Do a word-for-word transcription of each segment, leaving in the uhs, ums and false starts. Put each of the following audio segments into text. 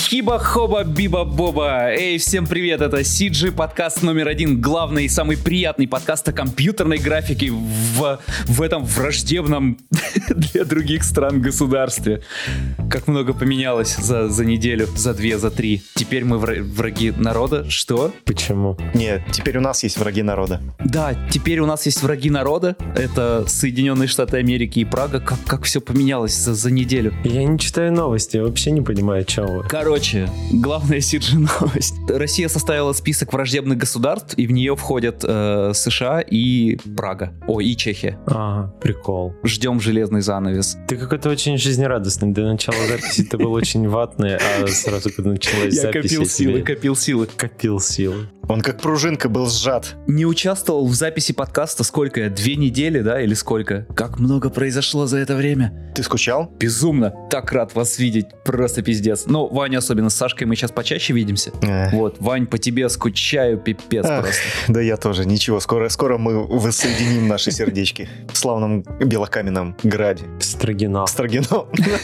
Хиба-хоба-биба-боба. Эй, всем привет, это си джи подкаст номер один, главный и самый приятный подкаст о компьютерной графике в, в этом враждебном для других стран государстве. Как много поменялось за, за неделю, за две, за три. Теперь мы враги народа. Что? Почему? Нет, теперь у нас есть враги народа. Да, теперь у нас есть враги народа. Это Соединенные Штаты Америки и Прага. Как, как все поменялось за, за неделю. Я не читаю новости, я вообще не понимаю, о чем вы. Короче, главная си джи новость. Россия составила список враждебных государств, и в нее входят э, США и Прага. О, и Чехия. Ага, прикол. Ждем железный занавес. Ты какой-то очень жизнерадостный. До начала записи ты был очень ватный, а сразу, когда началась запись... Я копил силы, копил силы. Копил силы. Он как пружинка был сжат. Не участвовал в записи подкаста сколько я? Две недели, да? Или сколько? Как много произошло за это время. Ты скучал? Безумно. Так рад вас видеть. Просто пиздец. Ну, Ваня особенно, с Сашкой мы сейчас почаще видимся. Эх. Вот, Вань, по тебе скучаю, пипец. Эх, просто. Да я тоже. Ничего, скоро, скоро мы воссоединим наши сердечки в славном белокаменном граде. Строгино. Строгино.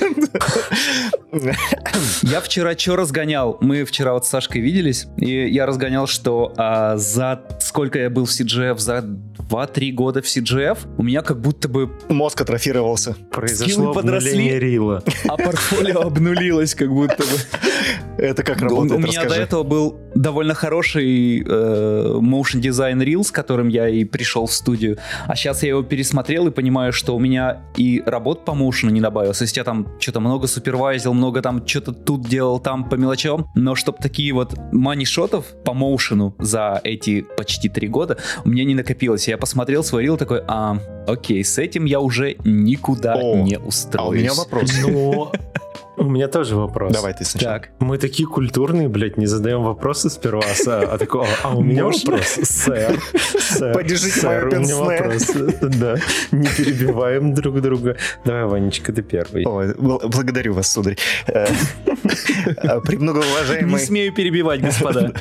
Я вчера что разгонял? Мы вчера вот с Сашкой виделись, и я разгонял, что а, за сколько я был в си джи эф, за два-три года в си джи эф, у меня как будто бы... Мозг атрофировался. Произошло обнуление рила. А портфолио обнулилось как будто бы. Это как работает, У меня расскажи. до этого был довольно хороший э, motion design reel, с которым я и пришел в студию. А сейчас я его пересмотрел и понимаю, что у меня и работ по моушену не добавилось. То есть я там что-то много супервайзил, много там что-то тут делал, там по мелочам. Но чтоб такие вот мани-шотов по моушену за эти почти три года у меня не накопилось. Я посмотрел свой рил такой, а, окей, с этим я уже никуда О, не устроюсь. А у меня вопрос. Ну... У меня тоже вопрос. Давай ты сначала. Так, мы такие культурные, блядь, не задаем вопросы сперва, а такой, а у меня вопрос, сэр, сэр, подержите мою пенсне. Да, не перебиваем друг друга. Давай, Ванечка, ты первый. Ой, благодарю вас, сударь. Премногоуважаемый... Не смею перебивать, господа.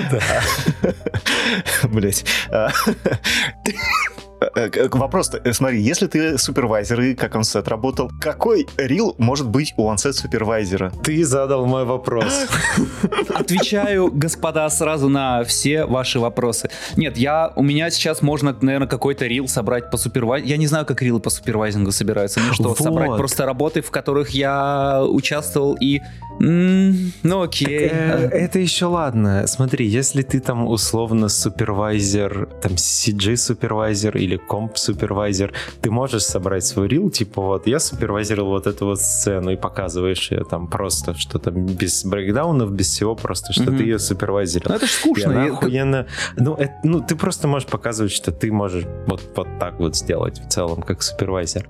Блять. Вопрос-то, смотри, если ты супервайзер и как OnSet работал, какой рил может быть у OnSet супервайзера? Ты задал мой вопрос. Отвечаю, господа, сразу на все ваши вопросы. Нет, я, у меня сейчас можно, наверное, какой-то рил собрать по супервайзингу. Я не знаю, как рилы по супервайзингу собираются. Ну что, вот. Собрать просто работы, в которых я участвовал и... Mm, ну окей. Так, э, это еще ладно. Смотри, если ты там условно супервайзер, там си джи супервайзер или комп супервайзер, ты можешь собрать свой рил, типа вот я супервайзерил вот эту вот сцену и показываешь ее там просто что-то без брейкдаунов, без всего, просто что mm-hmm. ты ее супервайзерил. Ну это ж скучно. Я охуенно... ну, это, ну ты просто можешь показывать, что ты можешь вот, вот так вот сделать в целом, как супервайзер.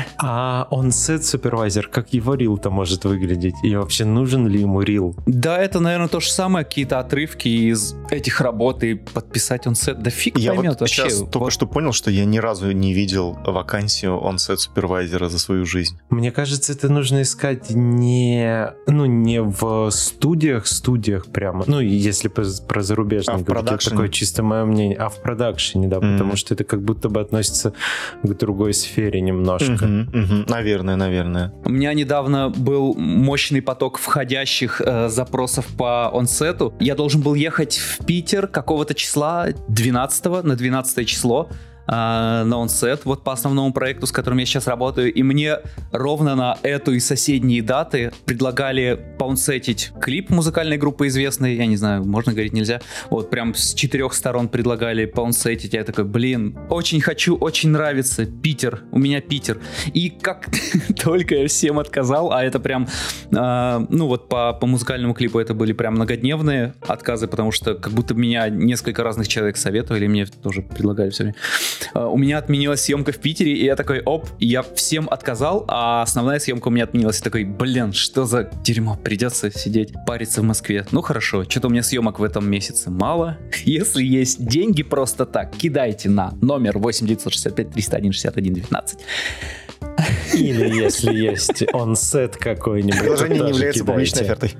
А OnSet супервайзер, как его рил-то может выглядеть? И вообще нужен ли ему рил? Да, это, наверное, то же самое, какие-то отрывки из этих работ и подписать OnSet. Да фиг я поймет вот вообще. Сейчас вот. Только что понял, что я ни разу не видел вакансию OnSet супервайзера за свою жизнь. Мне кажется, это нужно искать не, ну, не в студиях, студиях прямо, ну, если про зарубежные а говорить, это такое чисто мое мнение, а в продакшене, да, mm. потому что это как будто бы относится к другой сфере немножко. Mm-hmm, mm-hmm. Наверное, наверное. У меня недавно был мощный поток входящих э, запросов по OnSet'у. Я должен был ехать в Питер какого-то числа, двенадцатого, на двенадцатое число, на OnSet, вот по основному проекту, с которым я сейчас работаю, и мне ровно на эту и соседние даты предлагали поунсетить клип музыкальной группы известной, я не знаю, можно говорить, нельзя, вот прям с четырех сторон предлагали поунсетить, я такой, блин, очень хочу, очень нравится, Питер, у меня Питер, и как только я всем отказал, а это прям, э, ну вот по, по музыкальному клипу это были прям многодневные отказы, потому что как будто меня несколько разных человек советовали, мне тоже предлагали все время. У меня отменилась съемка в Питере, и я такой, оп, я всем отказал, а основная съемка у меня отменилась. Я такой, блин, что за дерьмо, придется сидеть, париться в Москве. Ну хорошо, что-то у меня съемок в этом месяце мало. Если есть деньги просто так, кидайте на номер восемь девятьсот шестьдесят пять триста один шестьдесят один девятнадцать. Или если есть онсет какой-нибудь. Приложение не является кидайте. публичной офертой.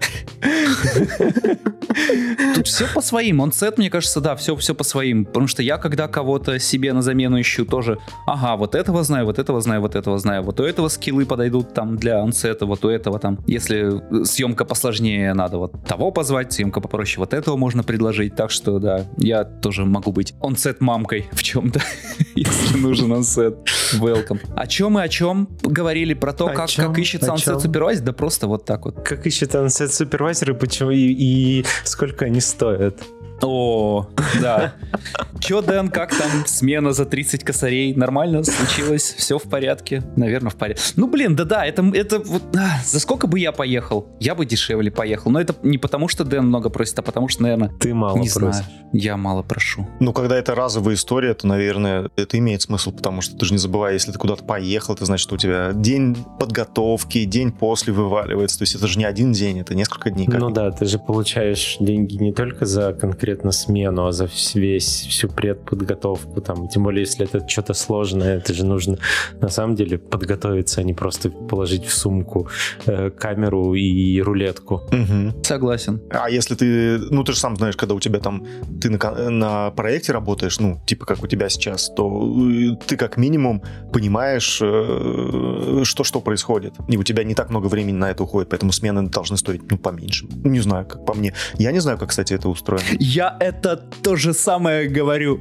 Тут все по своим. Онсет, мне кажется, да, все, все по своим. Потому что я, когда кого-то себе на замену ищу, тоже, ага, вот этого знаю, вот этого знаю, вот этого знаю. Вот у этого скиллы подойдут там для онсета, вот у этого там. Если съемка посложнее, надо вот того позвать, съемка попроще, вот этого можно предложить. Так что, да, я тоже могу быть онсет-мамкой в чем-то, если нужен онсет. Welcome. О чем мы о чем говорили? Про то, О как, чем? как ищется О чем? онсет супервайзер? Да просто вот так вот. Как ищет онсет супервайзер и почему и, и сколько они стоят? О, да. Че, Дэн, как там смена за тридцать косарей? Нормально случилось? Все в порядке? Наверное, в порядке. Ну, блин, да-да, это, это вот... А, за сколько бы я поехал? Я бы дешевле поехал. Но это не потому, что Дэн много просит, а потому что, наверное... Ты мало не просишь. знаю. Я мало прошу. Ну, когда это разовая история, то, наверное, это имеет смысл, потому что ты же не забывай, если ты куда-то поехал, это значит, что у тебя день подготовки, день после вываливается. То есть это же не один день, это несколько дней. Ну да, ты же получаешь деньги не только за конкретно смену, а за весь, всю предподготовку. Там. Тем более, если это что-то сложное, это же нужно на самом деле подготовиться, а не просто положить в сумку э, камеру и рулетку. Угу. Согласен. А если ты, ну ты же сам знаешь, когда у тебя там, ты на, на проекте работаешь, ну, типа как у тебя сейчас, то ты как минимум понимаешь, э, что, что происходит. И у тебя не так много времени на это уходит, поэтому смены должны стоить, ну, поменьше. Не знаю, как по мне. Я не знаю, как, кстати, это устроено. Я это то же самое говорю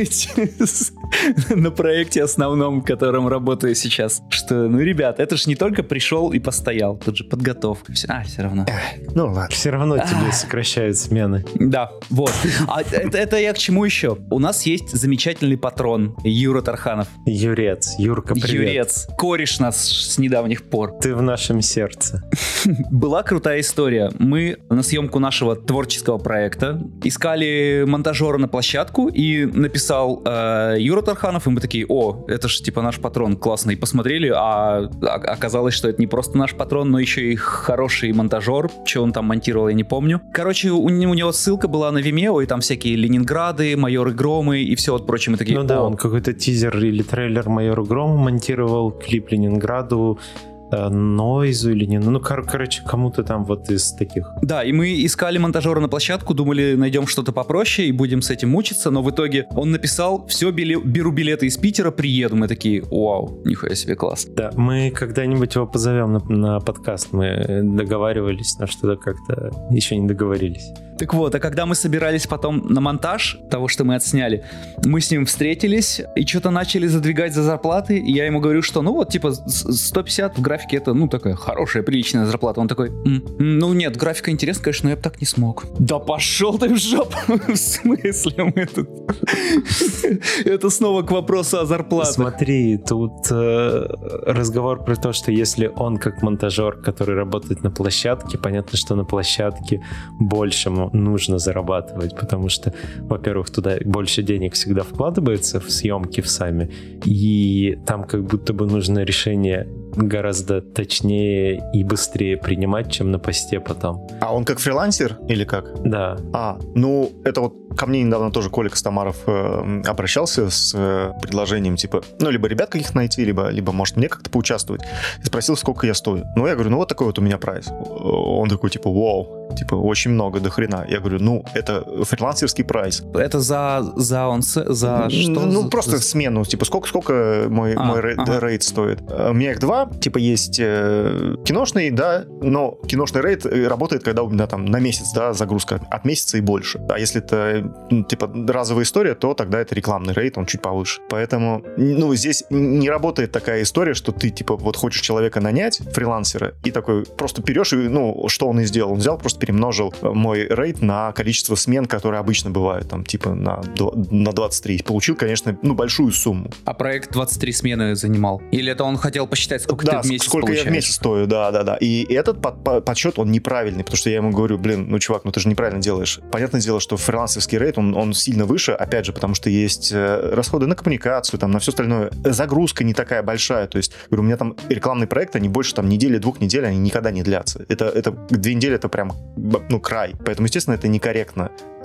на проекте основном, в котором работаю сейчас. Что, ну, ребят, это ж не только пришел и постоял, тут же подготовка. Все, а, все равно. Ну, ладно. Все равно тебе сокращают смены. Да, вот. А это, это я к чему еще? У нас есть замечательный патрон Юра Тарханов. Юрец, Юрка, привет. Юрец. Кореш нас с недавних пор. Ты в нашем сердце. Была крутая история. Мы на съемку нашего творческого проекта искали монтажера на площадку, и написал э, Юра Тарханов, и мы такие, о, это же типа наш патрон, классно. И посмотрели, а, а оказалось, что это не просто наш патрон, но еще и хороший монтажер. Что он там монтировал, я не помню. Короче, у, у него ссылка была на Vimeo, и там всякие Ленинграды, Майоры Громы и все вот прочее. Мы такие, Ну да, о, он какой-то тизер или трейлер Майору Грому монтировал, клип Ленинграду, Нойзу или не, ну, кор- короче, кому-то там вот из таких. Да, и мы искали монтажера на площадку, думали, найдем что-то попроще и будем с этим мучиться, но в итоге он написал, все, били- беру билеты из Питера, приеду. Мы такие, вау, нихуя себе, класс. Да, мы когда-нибудь его позовем на, на подкаст, мы договаривались, но что-то как-то еще не договорились. Так вот, а когда мы собирались потом на монтаж того, что мы отсняли, мы с ним встретились и что-то начали задвигать за зарплаты, и я ему говорю, что ну вот, типа, сто пятьдесят в графике это, ну, такая хорошая, приличная зарплата. Он такой, М, ну нет, графика интересная, конечно, но я бы так не смог. Да пошел ты в жопу! В смысле мы тут? Это снова к вопросу о зарплатах. Смотри, тут э, разговор про то, что если он как монтажер, который работает на площадке, понятно, что на площадке больше нужно зарабатывать, потому что, во-первых, туда больше денег всегда вкладывается в съемки в сами, и там как будто бы нужно решение гораздо точнее и быстрее принимать, чем на посте потом. А он как фрилансер или как? Да. А, ну, это вот ко мне недавно тоже Коля Костомаров э, обращался с э, предложением, типа, ну, либо ребят каких найти, либо, либо, может, мне как-то поучаствовать. И спросил, сколько я стою. Ну, я говорю, ну, вот такой вот у меня прайс. Он такой, типа, вау, типа, очень много, до хрена. Я говорю, ну, это фрилансерский прайс. Это за, за он, за что? Ну, За- просто смену, типа, сколько, сколько мой, А, мой рейд, ага. рейд стоит. У меня их два, типа, есть э, киношный, да, но киношный рейд работает, когда у меня там на месяц, да, загрузка от месяца и больше. А если это, ну, типа, разовая история, то тогда это рекламный рейд, он чуть повыше. Поэтому, ну, здесь не работает такая история, что ты, типа, вот хочешь человека нанять, фрилансера, и такой просто берешь, и, ну, что он и сделал? Он взял, просто перемножил мой рейд на количество смен, которые обычно бывают, там, типа, на, на двадцать три. Получил, конечно, ну, большую сумму. А проект двадцать три смены занимал? Или это он хотел посчитать, сколько Да, ты в месяц сколько получаешь? я в месяц стою, да, да, да. И этот под, под, подсчет, он неправильный, потому что я ему говорю, блин, ну, чувак, ну ты же неправильно делаешь. Понятное дело, что фрилансерский рейд, он, он сильно выше, опять же, потому что есть э, расходы на коммуникацию, там, на все остальное. Загрузка не такая большая, то есть, говорю, у меня там рекламный проект, они больше там недели, двух недель, они никогда не длятся. Это, это две недели, это прям, ну, край. Поэтому, естественно, это некорректно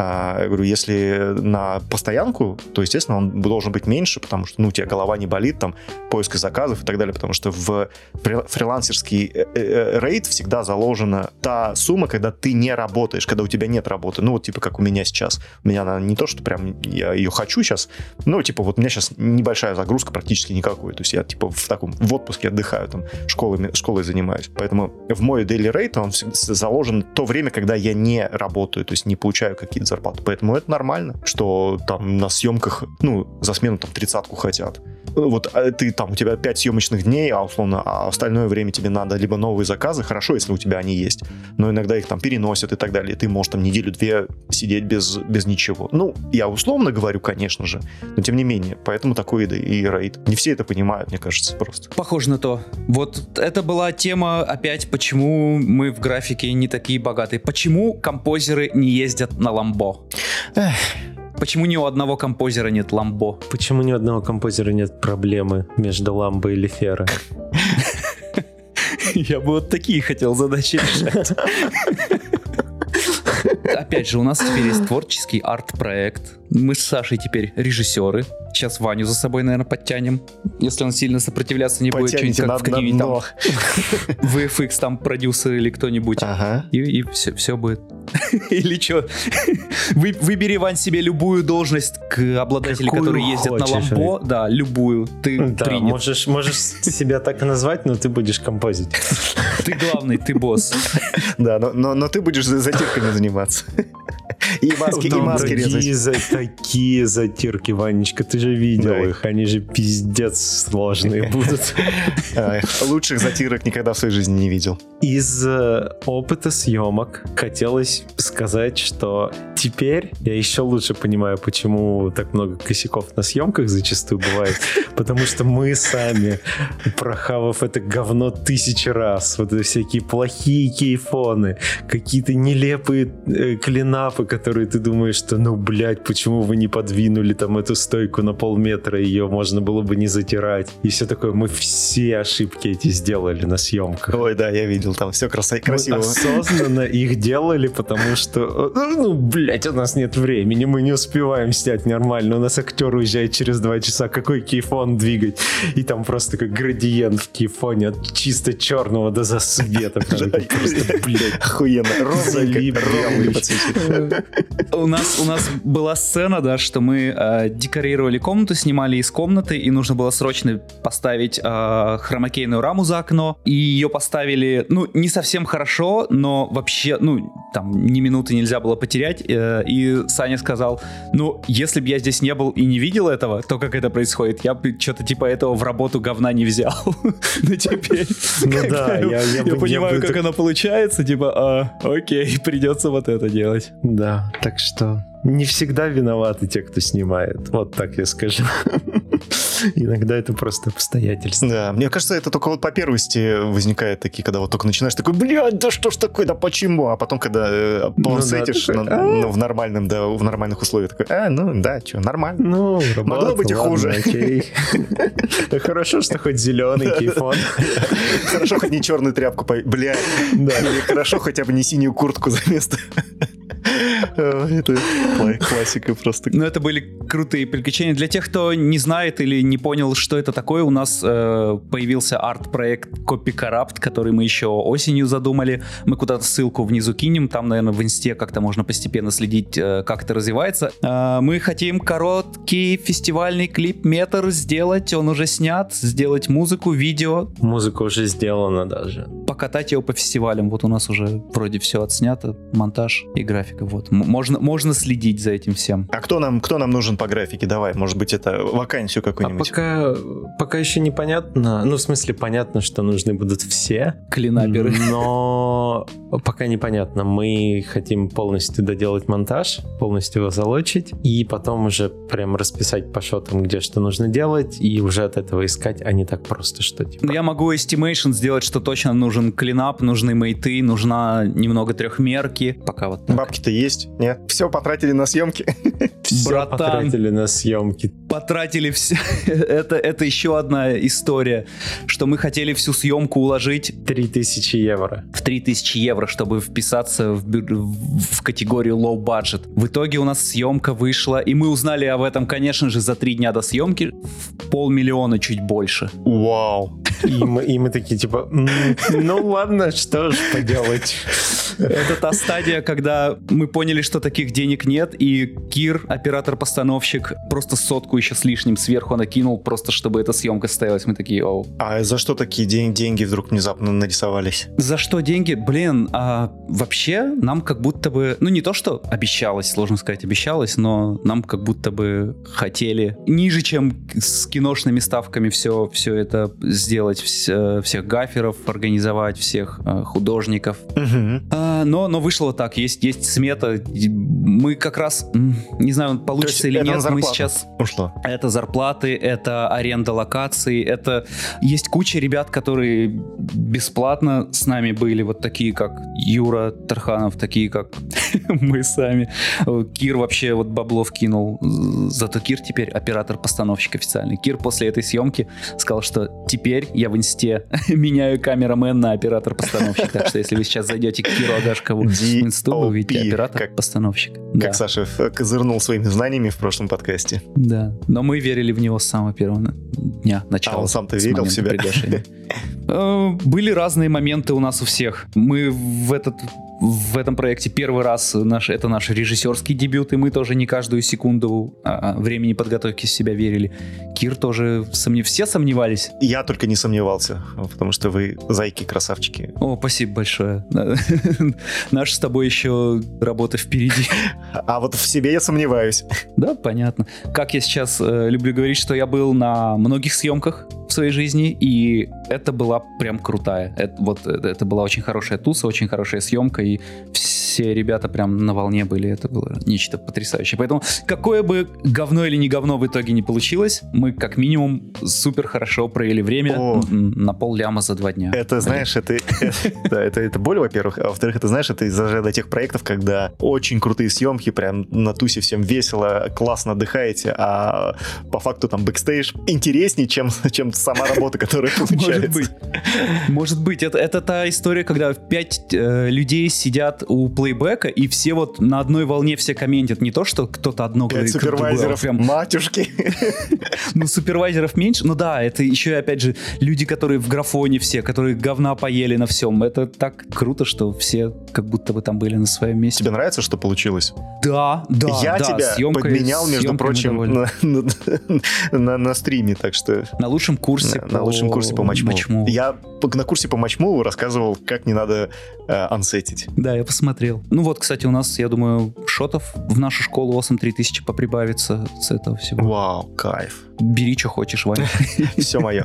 А, я говорю, если на постоянку, то, естественно, он должен быть меньше, потому что, ну, у тебя голова не болит, там, поиск заказов и так далее, потому что в фрилансерский рейт всегда заложена та сумма, когда ты не работаешь, когда у тебя нет работы. Ну, вот, типа, как у меня сейчас. У меня она не то, что прям я ее хочу сейчас, но, типа, вот у меня сейчас небольшая загрузка, практически никакой. То есть я, типа, в таком, в отпуске отдыхаю, там, школой, школой занимаюсь. Поэтому в мой daily rate он заложен то время, когда я не работаю, то есть не получаю какие-то зарплаты. Поэтому это нормально, что там на съемках, ну, за смену там тридцатку хотят. Вот ты там, у тебя пять съемочных дней, а условно, а остальное время тебе надо либо новые заказы, хорошо, если у тебя они есть, но иногда их там переносят и так далее, и ты можешь там неделю-две сидеть без, без ничего. Ну, я условно говорю, конечно же, но тем не менее, поэтому такой и рейд. Не все это понимают, мне кажется, просто. Похоже на то. Вот это была тема опять, почему мы в графике не такие богатые. Почему композеры не ездят на Ламбо? Эх. Почему ни у одного композера нет Ламбо? Почему ни у одного композера нет проблемы между Ламбо и Лифера? Я бы вот такие хотел задачи решать. Опять же, у нас теперь есть творческий арт-проект. Мы с Сашей теперь режиссеры. Сейчас Ваню за собой, наверное, подтянем. Если он сильно сопротивляться не будет, что-нибудь как в какие-нибудь там ви эф икс там продюсер или кто-нибудь. Ага. И, и все, все будет. Или что? Вы, выбери, Вань, себе любую должность к обладателю, Какую которые ездят хочешь, на Ламбо. Али. Да, любую. Ты Да, принят. можешь, можешь себя так и назвать, но ты будешь композить. Ты главный, ты босс. Да, но, но, но ты будешь затирками заниматься. И маски, и маски резать. За, такие затирки, Ванечка, ты же видел Да. их, они же пиздец сложные будут. А, лучших затирок никогда в своей жизни не видел. Из э, опыта съемок хотелось сказать, что теперь я еще лучше понимаю, почему так много косяков на съемках зачастую бывает. Потому что мы сами, прохавав это говно тысячи раз, вот это всякие плохие кейфоны, какие-то нелепые э, клинапы, которые ты думаешь, что ну, блядь, почему вы не подвинули там эту стойку на полметра, ее можно было бы не затирать. И все такое, мы все ошибки эти сделали на съемках. Ой, да, я видел, там все красо- красиво. Мы осознанно их делали, потому что, ну, блядь, у нас нет времени, мы не успеваем снять нормально, у нас актер уезжает через два часа, какой кейфон двигать? И там просто как градиент в кейфоне от чисто черного до засвета. Просто, блядь, Охуенно. Ровненько, залип ровненько белый. подсветили. У нас, у нас была сцена, да, что мы э, декорировали комнату, снимали из комнаты, и нужно было срочно поставить э, хромакейную раму за окно, и ее поставили, ну, не совсем хорошо, но вообще, ну, там, ни минуты нельзя было потерять, э, и Саня сказал, ну, если бы я здесь не был и не видел этого, то как это происходит, я бы что-то типа этого в работу говна не взял. Ну, теперь, Ну да, я- я бы- я я понимаю, бы как так- оно получается, типа, а, окей, придется вот это делать. Да, так что не всегда виноваты те, кто снимает. Вот так я скажу. Иногда это просто обстоятельства. Да, мне кажется, это только вот по первости возникает такие, когда вот только начинаешь такой, блядь, да что ж такое, да почему? А потом, когда э, полнсетишь такой, на- «А». ну, в нормальном, да, в нормальных условиях, такой, а, ну да, что, нормально. Ну, Могло работа, быть и ладно, хуже. окей. Хорошо, что хоть зеленый кейфон. Хорошо, хоть не черную тряпку, по- блядь. Да. Или хорошо, хотя бы не синюю куртку за место. Э, Это кла- классика просто. Ну, это были крутые приключения. Для тех, кто не знает или не понял, что это такое, у нас э, появился арт-проект Copy Corrupt, который мы еще осенью задумали. Мы куда-то ссылку внизу кинем. Там, наверное, в инсте как-то можно постепенно следить, э, как это развивается. Э, мы хотим короткий фестивальный клип «Метр» сделать. Он уже снят. Сделать музыку, видео. Музыка уже сделана даже. Покатать его по фестивалям. Вот у нас уже вроде все отснято. Монтаж и графика. Вот. М- можно, можно следить за этим всем. А кто нам, кто нам нужен по графике? Давай, может быть, это вакансию А какую-нибудь. пока, пока еще непонятно. Ну, в смысле, понятно, что нужны будут все. Клинаперы. Но пока непонятно. Мы хотим полностью доделать монтаж, полностью его залочить, и потом уже прям расписать по шотам, где что нужно делать, и уже от этого искать, а не так просто, что типа... Я могу estimation сделать, что точно нужен клинап, нужны мейты, нужна немного трехмерки. Пока вот так. Бабки-то есть? Нет? Все потратили на съемки? Все Братан. потратили на съемки. Потратили все. это, это еще одна история, что мы хотели всю съемку уложить Три тысячи евро. в три тысячи евро, чтобы вписаться в, бю- в категорию low budget. В итоге у нас съемка вышла, и мы узнали об этом, конечно же, за три дня до съемки в полмиллиона, чуть больше. Вау. И мы, и мы такие, типа, «М, ну ладно, что ж поделать». Это та стадия, когда мы поняли, что таких денег нет, и Кир, оператор-постановщик, просто сотку еще с лишним сверху накинул, просто чтобы эта съемка состоялась. Мы такие, оу. А за что такие ден- деньги вдруг внезапно нарисовались? За что деньги? Блин, а вообще нам как будто бы, ну не то, что обещалось, сложно сказать, обещалось, но нам как будто бы хотели ниже, чем с киношными ставками все, все это сделать, вс- всех гаферов организовать, всех э, художников. Угу. А, но, но вышло так, есть, есть смета. Мы как раз, м, не знаю, получится или нет, мы сейчас... ушло. Это зарплаты, это аренда локаций, это... Есть куча ребят, которые бесплатно с нами были, вот такие, как Юра Тарханов, такие, как мы сами. Кир вообще вот бабло вкинул. Зато Кир теперь оператор-постановщик официальный. Кир после этой съемки сказал, что теперь я в инсте меняю камерамен на оператор-постановщик. Так что если вы сейчас зайдете к Киру Агашкову в инсту, вы увидите оператор-постановщик. Как Да. Саша в- козырнул своими знаниями в прошлом подкасте. Да, но мы верили в него с самого первого на- дня, начала. А он сам-то с верил в момента себя? приглашения. Э, Были разные моменты у нас у всех. Мы в этот в этом проекте первый раз наш, это наш режиссерский дебют, и мы тоже не каждую секунду а, времени подготовки с себя верили. Кир тоже сомнев... все сомневались. Я только не сомневался, потому что вы зайки-красавчики. О, спасибо большое. Наша с тобой еще работа впереди. А вот в себе я сомневаюсь. Да, понятно. Как я сейчас э, люблю говорить, что я был на многих съемках в своей жизни, и это была прям крутая. Это, вот, это, это была очень хорошая туса, очень хорошая съемка, и все ребята прям на волне были. Это было нечто потрясающее. Поэтому какое бы говно или не говно в итоге не получилось, мы как минимум супер хорошо провели время. О. н- на пол ляма за два дня. Это, знаешь, это, это, да, это, это боль, во-первых, а во-вторых, это, знаешь, это из-за ряда тех проектов, когда очень крутые съемки, прям на тусе всем весело, классно отдыхаете, а по факту там бэкстейдж интереснее, чем, чем сама работа, которая получается. Может быть. Может быть. Это, это та история, когда пять э, людей сидят у плейбека, и все вот на одной волне все комментят. Не то, что кто-то одно Пять говорит, кто-то другое, а супервайзеров, прям, матюшки. ну, супервайзеров меньше. Ну да, это еще, опять же, люди, которые в графоне все, которые говна поели на всем. Это так круто, что все как будто бы там были на своем месте. Тебе нравится, что получилось? Да, да, Я да, тебя съемкой- подменял, между съемкой мы прочим, довольны. на, на- на- на стриме, так что На лучшем курсе на, на лучшем курсе по матчму. матчму. Я по- на курсе по матчму рассказывал, как не надо э, ансетить. Да, я посмотрел. Ну вот, кстати, у нас, я думаю, шотов в нашу школу Awesome три тысячи поприбавится с этого всего. Вау, кайф. Бери, что хочешь, Ваня. Все мое.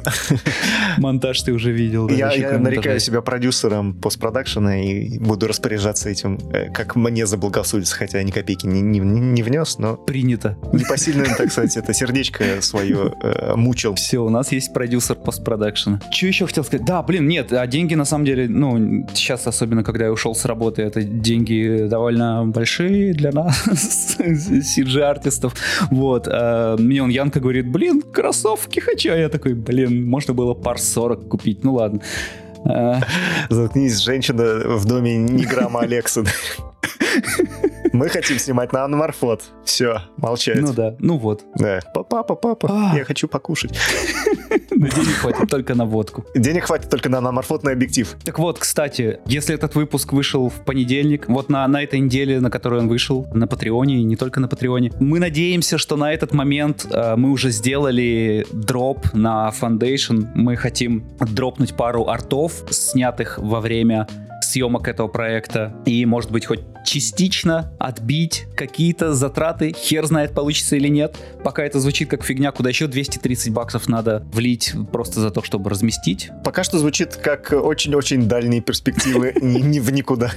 Монтаж ты уже видел. да, Я, еще я какой нарекаю монтаж. себя продюсером постпродакшена и буду распоряжаться этим, э, как мне заблагорассудится, хотя ни копейки не, не, не внес, но Принято. непосильно, так сказать, это сердечко свое э, мучил. Все, у нас есть продюсер постпродакшена. Что еще хотел сказать? Да, блин, нет, а деньги на самом деле, ну, сейчас особенно, когда я ушел с работы, это деньги довольно большие для нас, си джи-артистов. Вот. а Мне он Янка говорит, блин, кроссовки хочу. А я такой, блин, можно было пар сорок купить. Ну ладно. А, Заткнись, женщина в доме ни грамма Алекса. Мы хотим снимать на аноморфот. Все, молчать. Ну да, ну вот. Да. Папа, папа, А. я хочу покушать. Но денег хватит только на водку. Денег хватит только на аноморфотный объектив. Так вот, кстати, если этот выпуск вышел в понедельник, вот на, на этой неделе, на которой он вышел, на Патреоне, и не только на Патреоне, мы надеемся, что на этот момент э, мы уже сделали дроп на Foundation. Мы хотим дропнуть пару артов, снятых во время съемок этого проекта, и, может быть, хоть частично отбить какие-то затраты. Хер знает, получится или нет. Пока это звучит как фигня, куда еще двести тридцать баксов надо влить просто за то, чтобы разместить. Пока что звучит как очень-очень дальние перспективы, ни ни в никуда.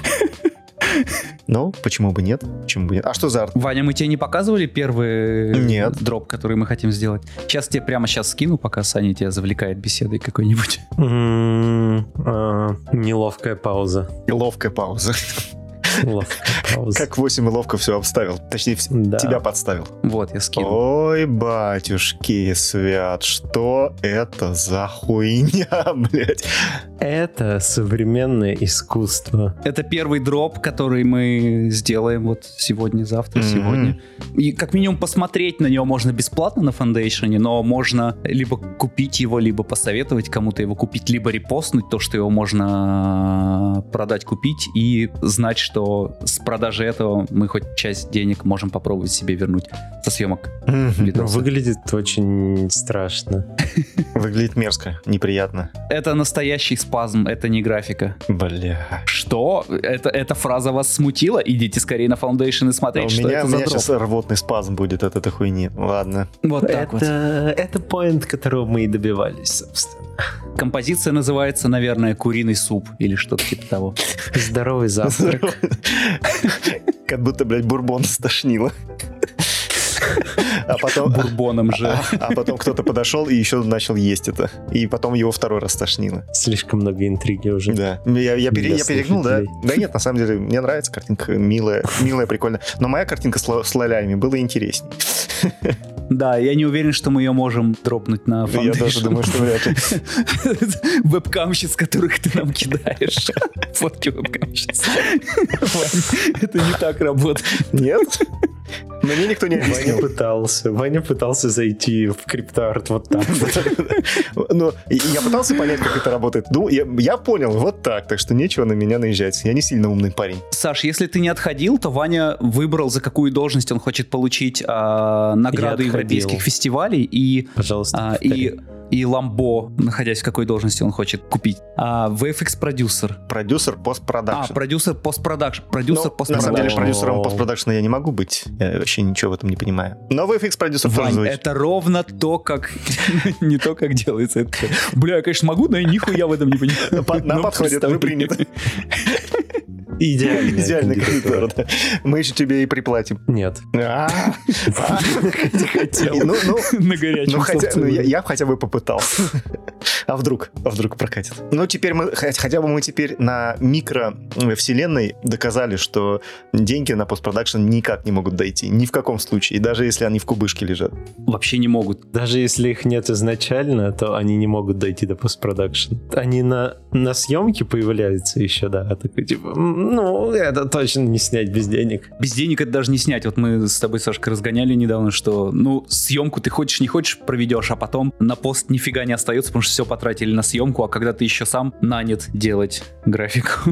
Ну, почему бы нет? Почему бы нет? А что за арт? Ваня, мы тебе не показывали первый Нет. дроп, который мы хотим сделать? Сейчас тебе прямо сейчас скину, пока Саня тебя завлекает беседой какой-нибудь. М, а, Неловкая пауза. Ловкая пауза. Как восемь ловко все обставил. Точнее, Да. тебя подставил. Вот, я скинул. Ой, батюшки свят, что это за хуйня, блядь? Это современное искусство. Это первый дроп, который мы сделаем вот сегодня, завтра, Мгм. сегодня. И как минимум посмотреть на него можно бесплатно на Foundation, но можно либо купить его, либо посоветовать кому-то его купить, либо репостнуть то, что его можно продать, купить, и знать, что с продажи этого мы хоть часть денег можем попробовать себе вернуть со съемок видоса. Выглядит очень страшно. Выглядит мерзко, неприятно. Это настоящий спазм, это не графика. Бля. Что? Это, эта фраза вас смутила? Идите скорее на Foundation и А смотреть, у что меня, это у за меня дроп. сейчас рвотный спазм будет от этой хуйни. Ладно. Вот так вот. Это, это поинт, которого мы и добивались, собственно. Композиция называется, наверное, «Куриный суп» или что-то типа того. Здоровый завтрак. Как будто, блядь, бурбон стошнило. А потом, Бурбоном же. а, а потом кто-то подошел и еще начал есть это. И потом его второй раз стошнило. Слишком много интриги уже. Да. Я, я, пере- Для я перегнул, да? слушателей. Да нет, на самом деле, мне нравится картинка, милая, милая, прикольная. Но моя картинка с, ла- с лолями была интересней. Да, я не уверен, что мы ее можем дропнуть на Foundation. Я даже думаю, что вряд ли. Вебкамщиц, которых ты нам кидаешь. Фотки вебкамщиц. Вань, это не так работает. Нет? Мне никто не Ваня объяснил. пытался. Ваня пытался зайти в криптоарт вот так. Ну, и я пытался понять, как это работает. Ну, я, я понял, вот так, так что нечего на меня наезжать. Я не сильно умный парень. Саш, если ты не отходил, то Ваня выбрал, за какую должность он хочет получить а, награду Я отходил. европейских фестивалей и, Пожалуйста, а, повтори. и, и Ламбо, находясь в какой должности он хочет купить. А, ви эф экс-продюсер. Продюсер А, постпродакшн. продюсер постпродакшн. Продюсер Ну, на самом деле, постпродакшн. продюсером постпродакшна я не могу быть. Я вообще ничего в этом не понимаю. Но ви эф экс-продюсер тоже Вань, звучит. это ровно то, как... Не то, как делается это. Бля, я, конечно, могу, но я нихуя в этом не понимаю. По- Нам Ну, подходит, вы представь. приняты. Идеальная Идеальная кандидатура. кандидатура. да. Мы еще тебе и приплатим. Нет. А, а. Хотел. Ну, ну, На горячем Ну, хотя, солнце. ну, я, я хотя бы попытался. А вдруг? А вдруг прокатит? Ну, теперь мы, хотя хотя бы мы теперь на микровселенной доказали, что деньги на постпродакшн никак не могут дойти. Ни в каком случае. Даже если они в кубышке лежат. Вообще не могут. Даже если их нет изначально, то они не могут дойти до постпродакшн. Они на, на съемке появляются еще, да. Такой типа, «М, ну, это точно не снять без денег. Без денег это даже не снять. Вот мы с тобой, Сашка, разгоняли недавно, что, ну, съемку ты хочешь, не хочешь, проведешь, а потом на пост нифига не остается, потому что все потратили на съемку, а когда ты еще сам нанят делать графику.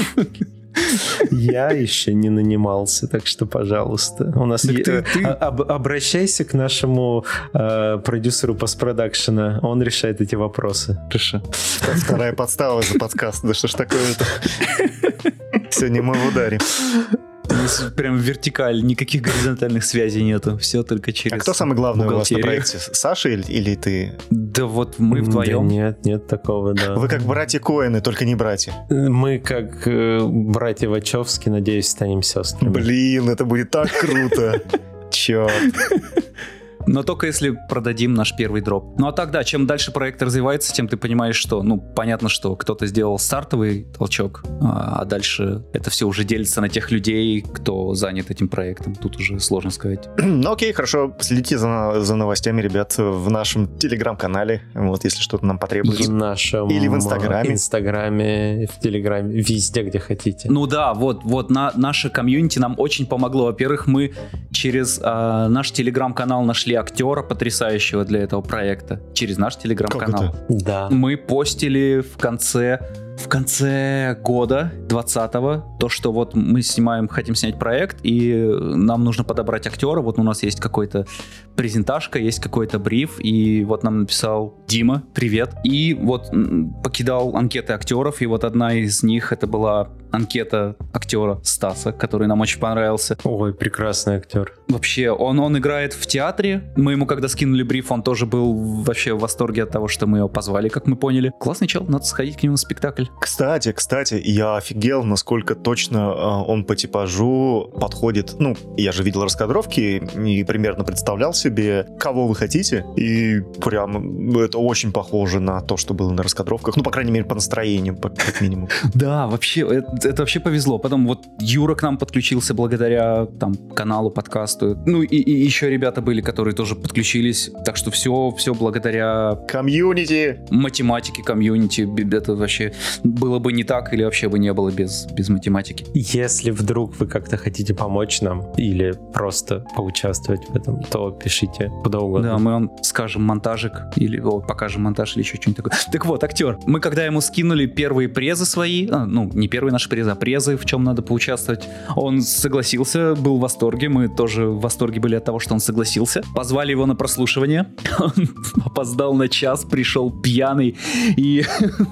Я еще не нанимался, так что, пожалуйста. У нас Так е- ты- ты- а- об- обращайся к нашему э, продюсеру постпродакшена. Он решает эти вопросы. Хорошо. Вторая подстава за подкаст. Да что ж такое-то? Сегодня мы в ударе. У нас прям вертикаль, никаких горизонтальных связей нету. Все только через А кто самый главный у вас на бухгалтерию. проекте? Саша или, или ты? Да вот мы Да вдвоем. нет, нет такого, да. Вы как братья Коэны, только не братья. Мы как э, братья Вачовски, надеюсь, станем сестрами. Блин, это будет так круто. Черт. Но только если продадим наш первый дроп. Ну а так, да, чем дальше проект развивается, тем ты понимаешь, что, ну, понятно, что кто-то сделал стартовый толчок, а а дальше это все уже делится на тех людей, кто занят этим проектом. Тут уже сложно сказать. Ну окей, хорошо. Следите за, за новостями, ребят, в нашем телеграм-канале. Вот, если что-то нам потребуется. В нашем Или в Инстаграме. Инстаграме, в Телеграме, везде, где хотите. Ну да, вот, вот на, наше комьюнити нам очень помогло. Во-первых, мы через а, наш телеграм-канал нашли актера потрясающего для этого проекта. Через наш телеграм-канал. Как Да. Мы постили в конце в конце года двадцатого то, что вот мы снимаем, хотим снять проект, и нам нужно подобрать актера. Вот у нас есть какой-то презентажка, есть какой-то бриф, и вот нам написал Дима, привет. И вот м, покидал анкеты актеров, и вот одна из них это была анкета актера Стаса, который нам очень понравился. Ой, прекрасный актер. Вообще, он, он играет в театре. Мы ему, когда скинули бриф, он тоже был вообще в восторге от того, что мы его позвали, как мы поняли. Классный чел, надо сходить к нему на спектакль. Кстати, кстати, я офигел, насколько точно э, он по типажу подходит. Ну, я же видел раскадровки и примерно представлял себе, кого вы хотите. И прям это очень похоже на то, что было на раскадровках. Ну, по крайней мере, по настроению, по- как минимум. Да, вообще, это это вообще повезло. Потом вот Юра к нам подключился благодаря там каналу, подкасту. Ну и, и еще ребята были, которые тоже подключились. Так что все, все благодаря... Комьюнити! Математике, комьюнити. Это вообще было бы не так или вообще бы не было без, без математики. Если вдруг вы как-то хотите помочь нам или просто поучаствовать в этом, то пишите куда угодно. Да, мы вам скажем монтажик или о, покажем монтаж или еще что-нибудь такое. Так вот, актер. Мы когда ему скинули первые презы свои, а, ну, не первые наши презы, а презы, в чем надо поучаствовать, он согласился, был в восторге. Мы тоже в восторге были от того, что он согласился. Позвали его на прослушивание. Он опоздал на час, пришел пьяный. И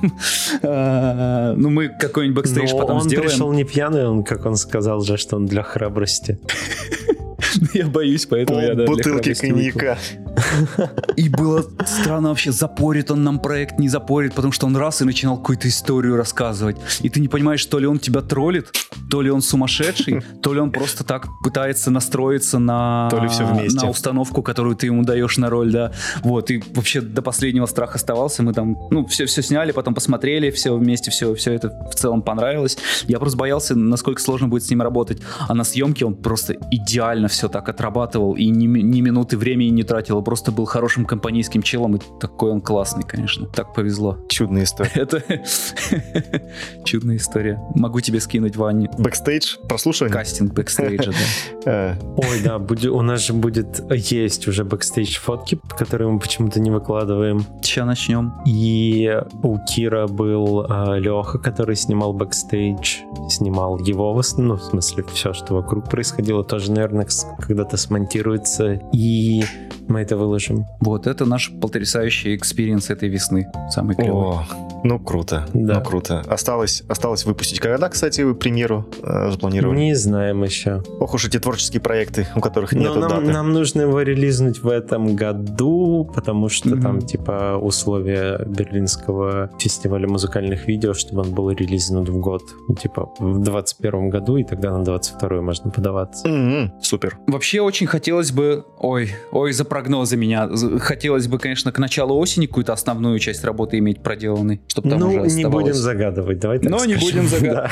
ну, мы какой-нибудь бэкстейдж потом сделаем. Он пришел не пьяный, он, как он сказал же, что он для храбрости. Я боюсь, поэтому я да, бутылки коньяка. И было странно вообще, запорит он нам проект, не запорит, потому что он раз и начинал какую-то историю рассказывать. И ты не понимаешь, то ли он тебя троллит, то ли он сумасшедший, то ли он просто так пытается настроиться на, то ли все вместе. На установку, которую ты ему даешь на роль, да. Вот, и вообще до последнего страх оставался. Мы там, ну, все, все сняли, потом посмотрели, все вместе, все, все это в целом понравилось. Я просто боялся, насколько сложно будет с ним работать. А на съемке он просто идеально все так отрабатывал и ни, ни минуты времени не тратил. Просто был хорошим компанейским челом, и такой он классный, конечно. Так повезло. Чудная история. Это чудная история. Могу тебе скинуть, Вань. Бэкстейдж, прослушивание? Кастинг бэкстейджа, да. Ой, да, у нас же будет, есть уже бэкстейдж фотки, которые мы почему-то не выкладываем. Сейчас начнем. И у Кира был Леха, который снимал бэкстейдж, снимал его, ну, в смысле, все, что вокруг происходило, тоже, наверное, когда-то смонтируется, и мы это выложим. Вот, это наш потрясающий экспириенс этой весны. Самый клевый. О, ну круто, да. ну круто. Осталось, осталось выпустить когда, кстати, вы премьеру э, запланировали? Не знаем еще. Ох уж эти творческие проекты, у которых нет нам, даты. Нам нужно его релизнуть в этом году, потому что mm-hmm. там типа условия Берлинского фестиваля музыкальных видео, чтобы он был релизнут в год, типа в двадцать первом году, и тогда на двадцать второй можно подаваться. Mm-hmm. Супер. Вообще очень хотелось бы, ой, ой, за прогнозы меня, хотелось бы, конечно, к началу осени какую-то основную часть работы иметь проделанной, чтобы там ну, уже оставалось. Не будем загадывать, давай так Но скажем. не будем загадывать.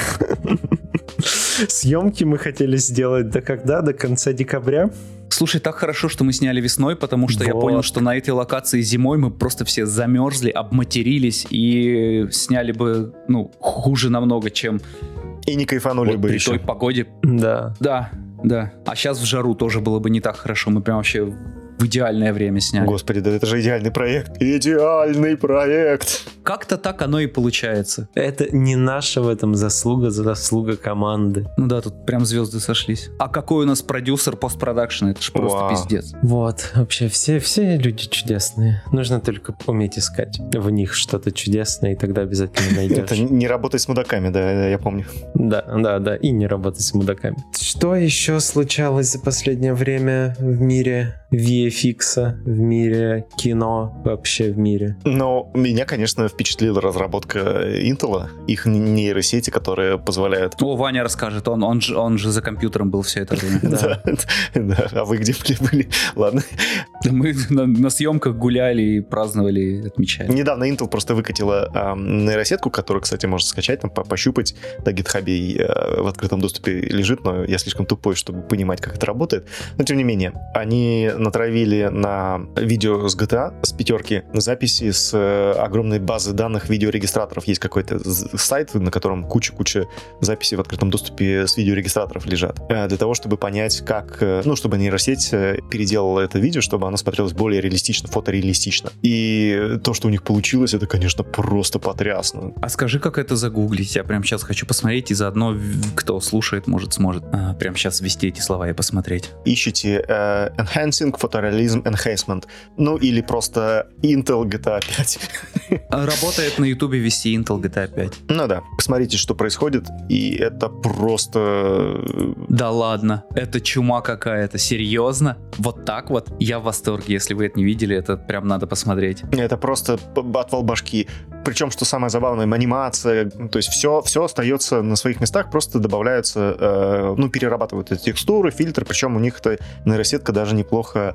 Съемки мы хотели сделать до когда? До конца декабря? Слушай, так хорошо, что мы сняли весной, потому что вот. Я понял, что на этой локации зимой мы просто все замерзли, обматерились и сняли бы, ну, хуже намного, чем... И не кайфанули вот бы при еще. той погоде. Да. Да, да. А сейчас в жару тоже было бы не так хорошо. Мы прям вообще в идеальное время сняли. Господи, да это же идеальный проект. Идеальный проект. Как-то так оно и получается. Это не наша в этом заслуга, заслуга команды. Ну да, тут прям звезды сошлись. А какой у нас продюсер постпродакшена? Это ж просто Вау. Пиздец. Вот, вообще все, все люди чудесные. Нужно только уметь искать в них что-то чудесное, и тогда обязательно найдешь. Это не работать с мудаками, да, я помню. Да, да, да, и не работать с мудаками. Что еще случалось за последнее время в мире ви эф икс, в мире кино, вообще в мире? Ну, меня, конечно, впечатлила разработка Intel, их нейросети, которые позволяют... О, Ваня расскажет, он, он, же, он же за компьютером был все это время. Да, да, а вы где были? Ладно. Мы на, на съемках гуляли и праздновали, отмечали. Недавно Intel просто выкатила э, нейросетку, которую, кстати, можно скачать, там, пощупать. На гитхабе э, в открытом доступе лежит, но я слишком тупой, чтобы понимать, как это работает. Но, тем не менее, они натравили на видео с джи ти эй, с пятерки, записи с э, огромной базы данных видеорегистраторов. Есть какой-то сайт, на котором куча-куча записей в открытом доступе с видеорегистраторов лежат. Э, для того, чтобы понять, как... Э, ну, чтобы нейросеть э, переделала это видео, чтобы оно смотрелось более реалистично, фотореалистично. И то, что у них получилось, это, конечно, просто потрясно. А скажи, как это загуглить? Я прямо сейчас хочу посмотреть, и заодно, кто слушает, может, сможет а, прямо сейчас ввести эти слова и посмотреть. Ищите э, Enhancing Photorealism Enhancement. Ну, или просто Intel джи ти эй пять. Работает на Ютубе ввести Intel джи ти эй пять. Ну да. Посмотрите, что происходит, и это просто... Да ладно, это чума какая-то. Серьезно? Вот так вот? Я в восторге. Если вы это не видели, это прям надо посмотреть. Это просто отвал башки. Причем, что самое забавное, анимация, то есть все, все остается на своих местах, просто добавляются, э, ну, перерабатывают эти текстуры, фильтры, причем у них эта нейросетка даже неплохо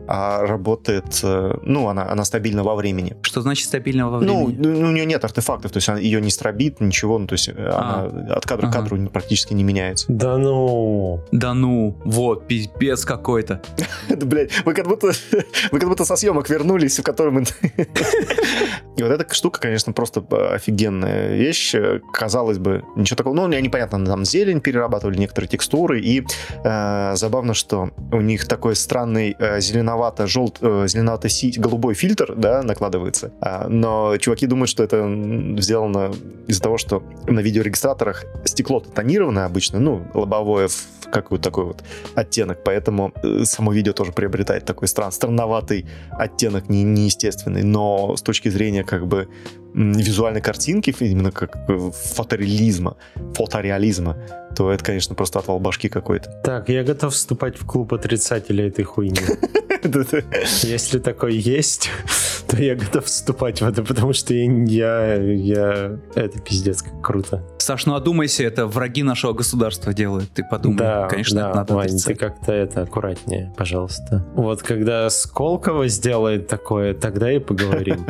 а работает, ну, она, она стабильна во времени. Что значит стабильно во времени? Ну, у нее нет артефактов, то есть она, ее не стробит, ничего, ну, то есть А. она от кадра к Ага. кадру практически не меняется. Да ну... Да ну, вот, пипец какой-то. Это, блядь, вы как будто, вы как будто со съемок вернулись, в котором... И вот эта штука, конечно, просто офигенная вещь. Казалось бы, ничего такого. Ну, непонятно, там зелень перерабатывали, некоторые текстуры. И э, забавно, что у них такой странный э, зеленовато-желт, э, зеленовато-голубой фильтр, да, накладывается. А, но чуваки думают, что это сделано из-за того, что на видеорегистраторах стекло-то тонированное обычно, ну, лобовое в какой-то такой вот оттенок. Поэтому э, само видео тоже приобретает такой стран, странноватый оттенок, не, неестественный. Но с точки зрения как бы визуальной картинки, именно как фотореализма, фотореализма, то это, конечно, просто отвал башки какой-то. Так, я готов вступать в клуб отрицателей этой хуйни. Если такой есть, то я готов вступать в это, потому что я... я... Это пиздец, как круто. Саш, ну одумайся, это враги нашего государства делают. Ты подумай, Да, конечно, да, это надо Вань, ты отрицать. как-то это аккуратнее, пожалуйста. Вот когда Сколково сделает такое, тогда и поговорим.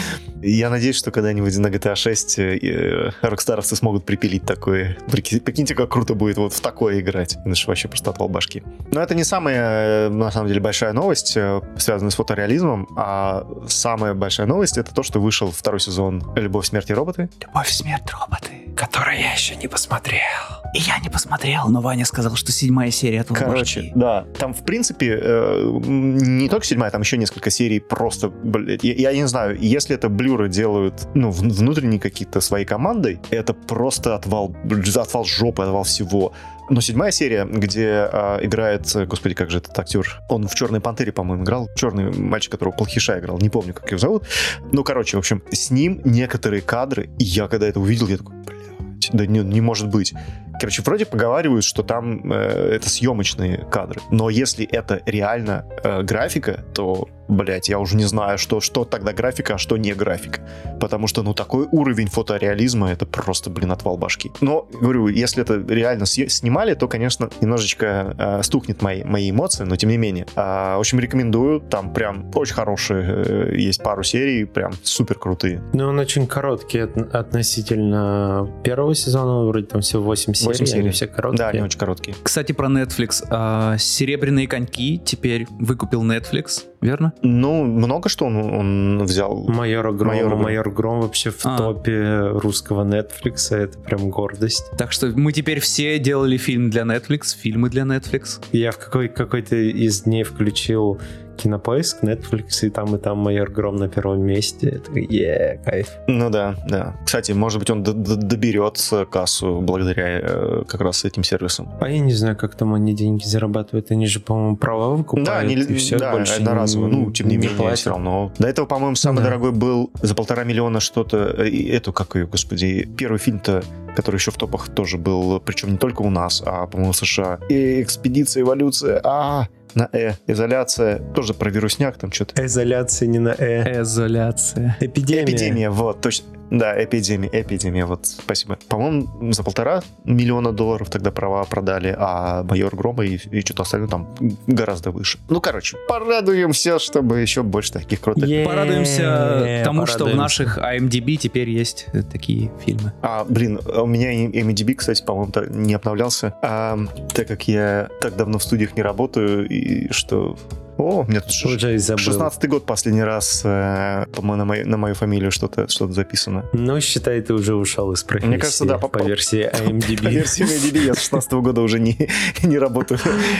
Я надеюсь, что когда-нибудь на джи ти эй шесть рокстаровцы смогут припилить такое. Прикиньте, как круто будет вот в такое играть. Это же вообще просто отвал башки. Но это не самая, на самом деле, большая новость, связанная с фотореализмом, а самая большая новость — это то, что вышел второй сезон «Любовь, смерть и роботы». Любовь, смерть, роботы, который я еще не посмотрел. И я не посмотрел, но Ваня сказал, что седьмая серия отвал Короче, башки. да, там, в принципе, э, не только седьмая, там еще несколько серий просто, блядь, я, я не знаю, если это блюры делают, ну, в- внутренние какие-то своей командой, это просто отвал, отвал жопы, отвал всего. Но седьмая серия, где а, играет, господи, как же этот актер, он в «Черной пантере», по-моему, играл, черный мальчик, которого Плохиша играл, не помню, как его зовут. Ну, короче, в общем, с ним некоторые кадры, и я когда это увидел, я такой, блядь, да не, не может быть. Короче, вроде поговаривают, что там э, это съемочные кадры, но если это реально э, графика, то, блядь, я уже не знаю, что, что тогда графика, а что не графика. Потому что, ну, такой уровень фотореализма, это просто, блин, отвал башки. Но, говорю, если это реально съ- снимали, то, конечно, немножечко э, стукнет мои, мои эмоции, но тем не менее. Э, в общем, рекомендую, там прям очень хорошие, э, есть пару серий, прям супер крутые. Ну, он очень короткий от- относительно первого сезона, вроде там всего восемь серий, Восемь серий. они все короткие. Да, они очень короткие. Кстати, про Netflix. А, «Серебряные коньки» теперь выкупил Netflix, верно? Ну, много что он, он взял. Майор Гром, Майор Гром. Майор Гром вообще в А. топе русского Netflix, это прям гордость. Так что мы теперь все делали фильм для Netflix, фильмы для Netflix. Я в какой- какой-то из дней включил Кинопоиск, Netflix, и там, и там Майор Гром на первом месте. Я такой, е, кайф. Ну да, да. Кстати, может быть, он д- д- доберет кассу благодаря э, как раз этим сервисам. А я не знаю, как там они деньги зарабатывают. Они же, по-моему, права выкупают, Да, не, и все, да, больше одноразово. не- Ну, тем не, не менее, платят. все равно. До этого, по-моему, самый Да. дорогой был за полтора миллиона что-то. э, и Эту, как ее, господи, первый фильм-то, который еще в топах тоже был, причем не только у нас, а, по-моему, в США. И «Экспедиция, эволюция», а на «э», «Изоляция», тоже про вирусняк, там что-то. Изоляция не на «э». Изоляция. Эпидемия. Эпидемия, вот, точно. Да, эпидемия, эпидемия, вот, спасибо. По-моему, за полтора миллиона долларов тогда права продали, а «Майор Грома» и, и что-то остальное там гораздо выше. Ну, короче, порадуемся, чтобы еще больше таких крутых. Е, Порадуемся тому, что в порадуемся. наших ай эм ди би теперь есть э, такие фильмы. А, блин, у меня эм ди би, кстати, по-моему, та- не обновлялся, а, так как я так давно в студиях не работаю, и что... О, у меня тут ш- Уже и забыл. шестнадцатый год последний раз, э, по-моему, на, мою- на мою фамилию что-то, что-то записано. Ну, считай, ты уже ушел из профессии. Мне кажется, да, по, по- версии ай эм ди би. По версии эм ди би я с шестнадцатого года уже не, не работаю.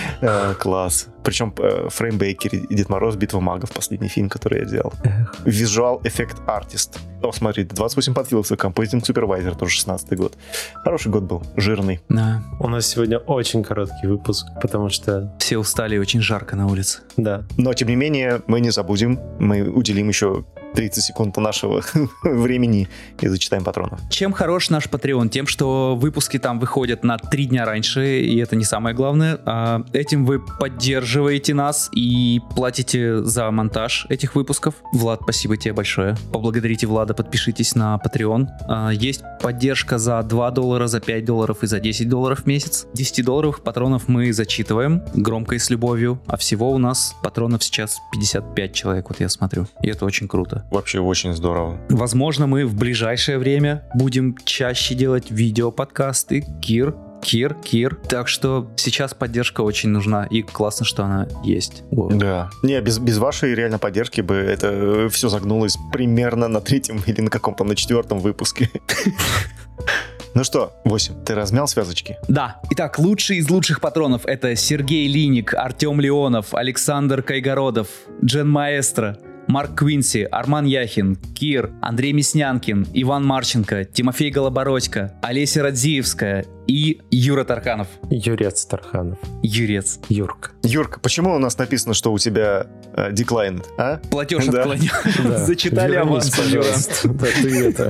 А, класс. Причем э, Фреймбейкер и Дед Мороз, Битва магов, последний фильм, который я делал. Visual Effect Artist. О, смотри, двадцать восемь подфиловцев, Compositing Supervisor, тоже шестнадцатый год. Хороший год был, жирный. Да. У нас сегодня очень короткий выпуск, потому что, Все устали, очень жарко на улице. да, Но, тем не менее, мы не забудем, мы уделим еще тридцать секунд нашего времени и зачитаем патронов. Чем хорош наш Patreon? Тем, что выпуски там выходят на три дня раньше, и это не самое главное. А, этим вы поддерживаете нас и платите за монтаж этих выпусков. Влад, спасибо тебе большое. Поблагодарите Влада, подпишитесь на Patreon. А, есть поддержка за два доллара, за пять долларов и за десять долларов в месяц. десять долларовых патронов мы зачитываем громко и с любовью, а всего у нас патронов сейчас пятьдесят пять человек, вот я смотрю. И это очень круто. Вообще очень здорово. Возможно, мы в ближайшее время будем чаще делать видео-подкасты. Кир, Кир, Кир. Так что сейчас поддержка очень нужна, и классно, что она есть. Вот. Да. Не, без, без вашей реально поддержки бы это все загнулось примерно на третьем или на каком-то, на четвертом выпуске. Ну что, восемь, ты размял связочки? Да. Итак, лучшие из лучших патронов — это Сергей Линик, Артем Леонов, Александр Кайгородов, Джен Маэстро, Марк Квинси, Арман Яхин, Кир, Андрей Мяснянкин, Иван Марченко, Тимофей Голобородько, Олеся Радзиевская и Юра Тарханов. Юрец Тарханов. Юрец. Юрка. Юрка, почему у нас написано, что у тебя деклайн, э, а? Платеж Да. отклонен. Зачитали аванс, Юра. Да, ты это...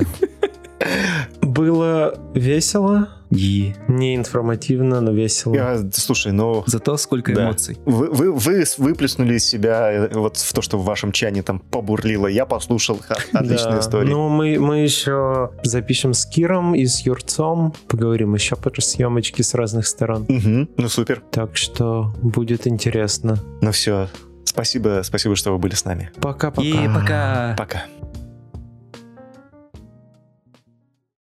Было весело, И не информативно, но весело. Я, слушай, ну... зато сколько Да. эмоций. Вы, вы, вы выплеснули из себя э, вот в то, что в вашем чане там побурлило. Я послушал. Ха, отличная Да. история. Ну, мы, мы еще запишем с Киром и с Юрцом, поговорим еще про съемочки с разных сторон. Мгм. Ну, супер. Так что будет интересно. Ну все. Спасибо, спасибо, что вы были с нами. Пока-пока. И пока. Пока.